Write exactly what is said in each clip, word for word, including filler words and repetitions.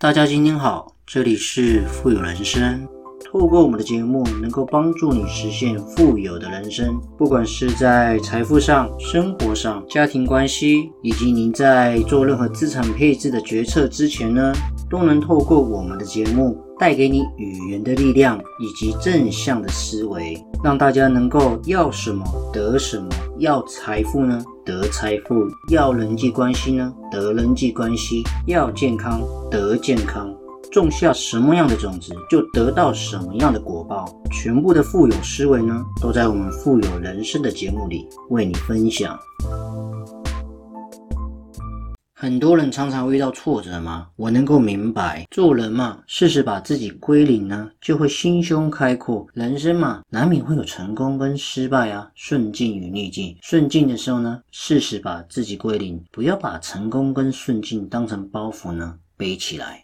大家今天好，这里是富有人生。透过我们的节目，能够帮助你实现富有的人生，不管是在财富上、生活上、家庭关系，以及您在做任何资产配置的决策之前呢，都能透过我们的节目带给你语言的力量以及正向的思维，让大家能够要什么得什么，要财富呢得财富，要人际关系呢得人际关系，要健康得健康。种下什么样的种子，就得到什么样的果报。全部的富有思维呢，都在我们富有人生的节目里为你分享。很多人常常遇到挫折嘛，我能够明白，做人嘛，适时把自己归零呢，就会心胸开阔。人生嘛，难免会有成功跟失败啊，顺境与逆境。顺境的时候呢，适时把自己归零，不要把成功跟顺境当成包袱呢，背起来。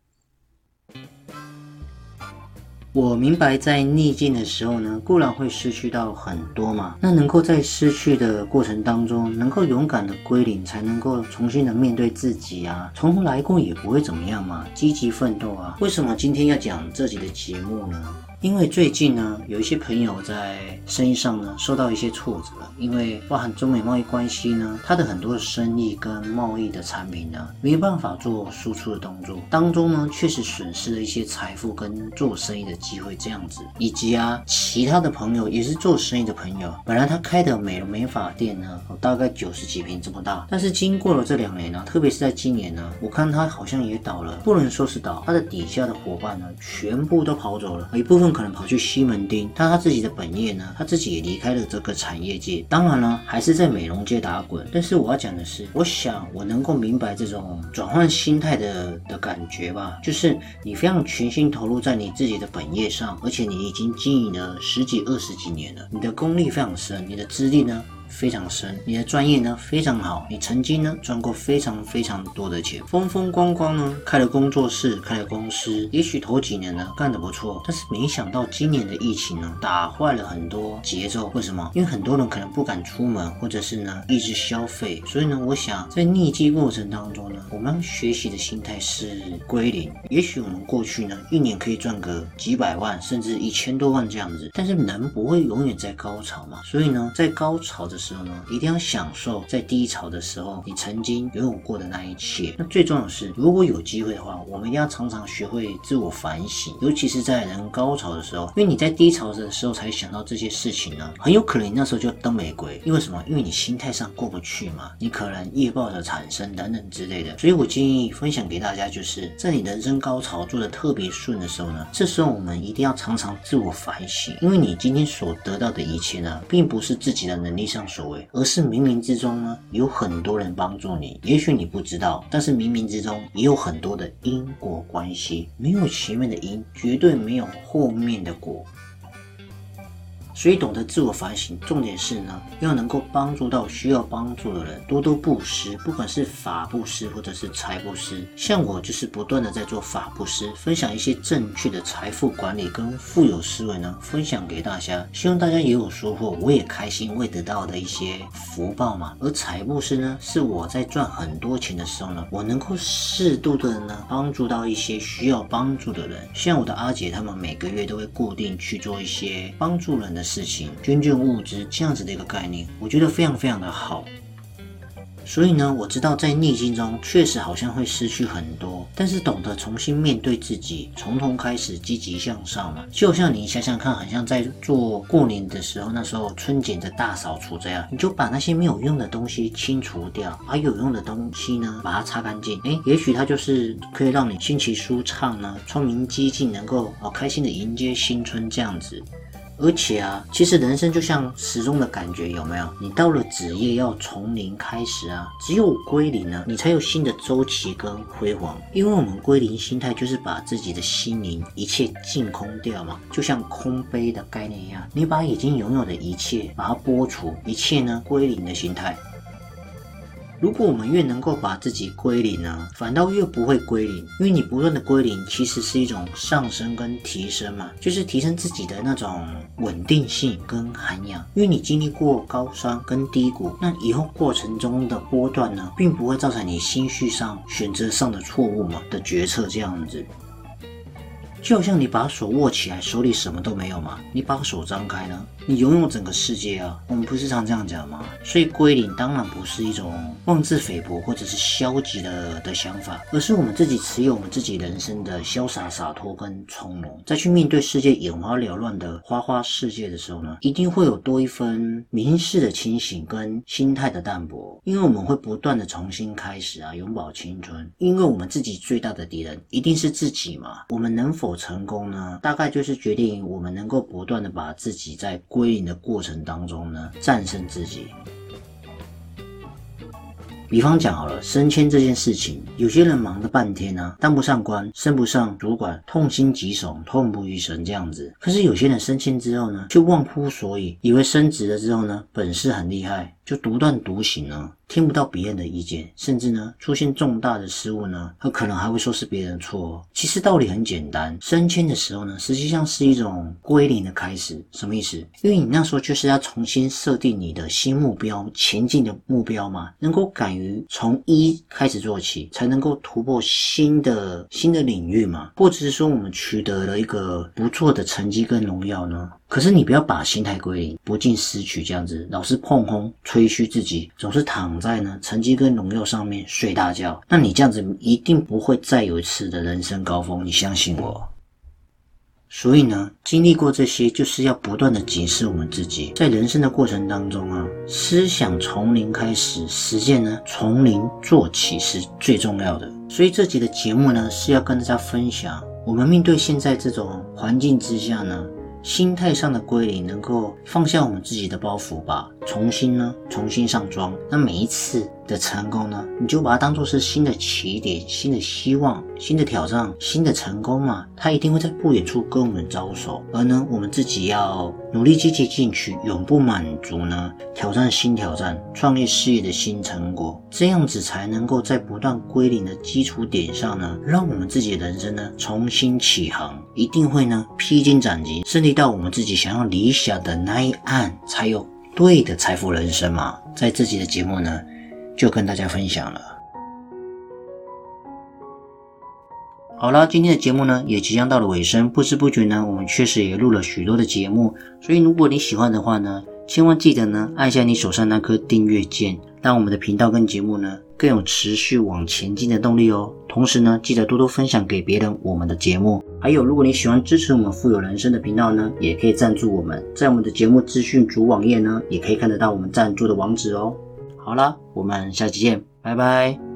我明白在逆境的时候呢，固然会失去到很多嘛，那能够在失去的过程当中能够勇敢的归零，才能够重新的面对自己啊，从头来过也不会怎么样嘛，积极奋斗啊。为什么今天要讲这集的节目呢？因为最近呢，有一些朋友在生意上呢受到一些挫折，因为包含中美贸易关系呢，他的很多的生意跟贸易的产品呢没有办法做输出的动作，当中呢确实损失了一些财富跟做生意的机会这样子，以及啊其他的朋友也是做生意的朋友，本来他开的美容美发店呢，大概九十几坪这么大，但是经过了这两年呢，特别是在今年呢，我看他好像也倒了，不能说是倒，他的底下的伙伴呢全部都跑走了，一部分可能跑去西门町，但他自己的本业呢，他自己也离开了这个产业界，当然了，还是在美容界打滚。但是我要讲的是，我想我能够明白这种转换心态的的感觉吧，就是你非常全心投入在你自己的本业上，而且你已经经营了十几二十几年了，你的功力非常深，你的资历呢非常深，你的专业呢非常好，你曾经呢赚过非常非常多的钱，风风光光呢开了工作室，开了公司，也许头几年呢干得不错，但是没想到今年的疫情呢打坏了很多节奏。为什么？因为很多人可能不敢出门，或者是呢抑制消费，所以呢我想在逆境过程当中呢，我们要学习的心态是归零。也许我们过去呢一年可以赚个几百万甚至一千多万这样子，但是人不会永远在高潮嘛，所以呢在高潮的时候呢，一定要享受在低潮的时候你曾经拥有过的那一切。那最重要的是，如果有机会的话，我们要常常学会自我反省，尤其是在人高潮的时候，因为你在低潮的时候才想到这些事情呢，很有可能你那时候就登玫瑰。因为什么？因为你心态上过不去嘛，你可能业报的产生等等之类的。所以我建议分享给大家，就是在你人生高潮做得特别顺的时候呢，这时候我们一定要常常自我反省，因为你今天所得到的一切呢，并不是自己的能力上所为，而是冥冥之中呢有很多人帮助你，也许你不知道，但是冥冥之中也有很多的因果关系，没有前面的因，绝对没有后面的果。所以懂得自我反省，重点是呢，要能够帮助到需要帮助的人，多多布施，不管是法布施或者是财布施。像我就是不断的在做法布施，分享一些正确的财富管理跟富有思维呢，分享给大家，希望大家也有收获，我也开心，我也得到的一些福报嘛。而财布施呢，是我在赚很多钱的时候呢，我能够适度的呢帮助到一些需要帮助的人，像我的阿姐他们每个月都会固定去做一些帮助人的事情，捐捐物资这样子的一个概念，我觉得非常非常的好。所以呢，我知道在逆境中确实好像会失去很多，但是懂得重新面对自己，从头开始积极向上嘛。就像你想想看，很像在做过年的时候，那时候春节的大扫除这样，你就把那些没有用的东西清除掉，把有用的东西呢把它擦干净，诶，也许它就是可以让你心情舒畅呢，窗明几净，能够好开心的迎接新春这样子。而且啊，其实人生就像时钟的感觉，有没有？你到了子夜要从零开始啊，只有归零呢，你才有新的周期跟辉煌。因为我们归零心态就是把自己的心灵一切净空掉嘛，就像空杯的概念一样，你把已经拥有的一切把它剥除，一切呢归零的心态。 如果我们越能够把自己归零呢，反倒越不会归零，因为你不断的归零其实是一种上升跟提升嘛，就是提升自己的那种稳定性跟涵养。因为你经历过高山跟低谷，那以后过程中的波段呢，并不会造成你心绪上选择上的错误嘛的决策这样子。就好像你把手握起来，手里什么都没有嘛，你把手张开呢，你拥有整个世界啊，我们不是常这样讲吗？所以归零当然不是一种妄自菲薄或者是消极的的想法，而是我们自己持有我们自己人生的潇洒洒脱跟从容，在去面对世界眼花缭乱的花花世界的时候呢，一定会有多一分明示的清醒跟心态的淡泊，因为我们会不断的重新开始啊，永葆青春，因为我们自己最大的敌人一定是自己嘛，我们能否成功呢，大概就是决定我们能够不断的把自己在归零的过程当中呢战胜自己。比方讲好了，升迁这件事情，有些人忙了半天啊，当不上官，升不上主管，痛心疾首，痛不欲生这样子。可是有些人升迁之后呢，却忘乎所以，以为升职了之后呢，本事很厉害，就独断独行呢，听不到别人的意见，甚至呢出现重大的失误呢，他可能还会说是别人的错哦。其实道理很简单，升迁的时候呢，实际上是一种归零的开始。什么意思？因为你那时候就是要重新设定你的新目标，前进的目标嘛，能够敢于从一开始做起，才能够突破新的新的领域嘛，或者是说我们取得了一个不错的成绩跟荣耀呢。可是你不要把心态归零，不进失取这样子，老是碰轰吹嘘自己，总是躺在呢成绩跟荣耀上面睡大觉，那你这样子一定不会再有一次的人生高峰，你相信我。所以呢，经历过这些，就是要不断的检视我们自己，在人生的过程当中啊，思想从零开始，实践呢从零做起是最重要的。所以这集的节目呢，是要跟大家分享，我们面对现在这种环境之下呢，心态上的归零，能够放下我们自己的包袱吧，重新呢重新上妆。那每一次的成功呢，你就把它当作是新的起点，新的希望，新的挑战，新的成功嘛，它一定会在不远处跟我们招手。而呢我们自己要努力积极进取，永不满足呢挑战新挑战，创业事业的新成果，这样子才能够在不断归零的基础点上呢，让我们自己的人生呢重新起航，一定会呢披荆斩棘，顺利到我们自己想要理想的那一岸，才有对的财富人生嘛。在这集的节目呢就跟大家分享了。好啦，今天的节目呢也即将到了尾声，不知不觉呢我们确实也录了许多的节目，所以如果你喜欢的话呢，千万记得呢按下你手上那颗订阅键，让我们的频道跟节目呢更有持续往前进的动力哦。同时呢，记得多多分享给别人我们的节目。还有，如果你喜欢支持我们富有人生的频道呢，也可以赞助我们，在我们的节目资讯主网页呢，也可以看得到我们赞助的网址哦。好啦，我们下期见，拜拜。